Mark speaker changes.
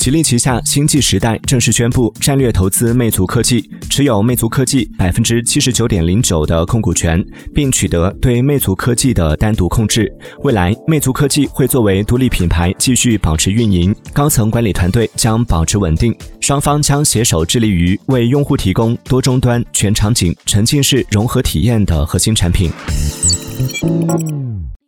Speaker 1: 吉利旗下星际时代正式宣布战略投资魅族科技，持有魅族科技 79.09% 的控股权，并取得对魅族科技的单独控制。未来，魅族科技会作为独立品牌继续保持运营，高层管理团队将保持稳定，双方将携手致力于为用户提供多终端、全场景、沉浸式融合体验的核心产品。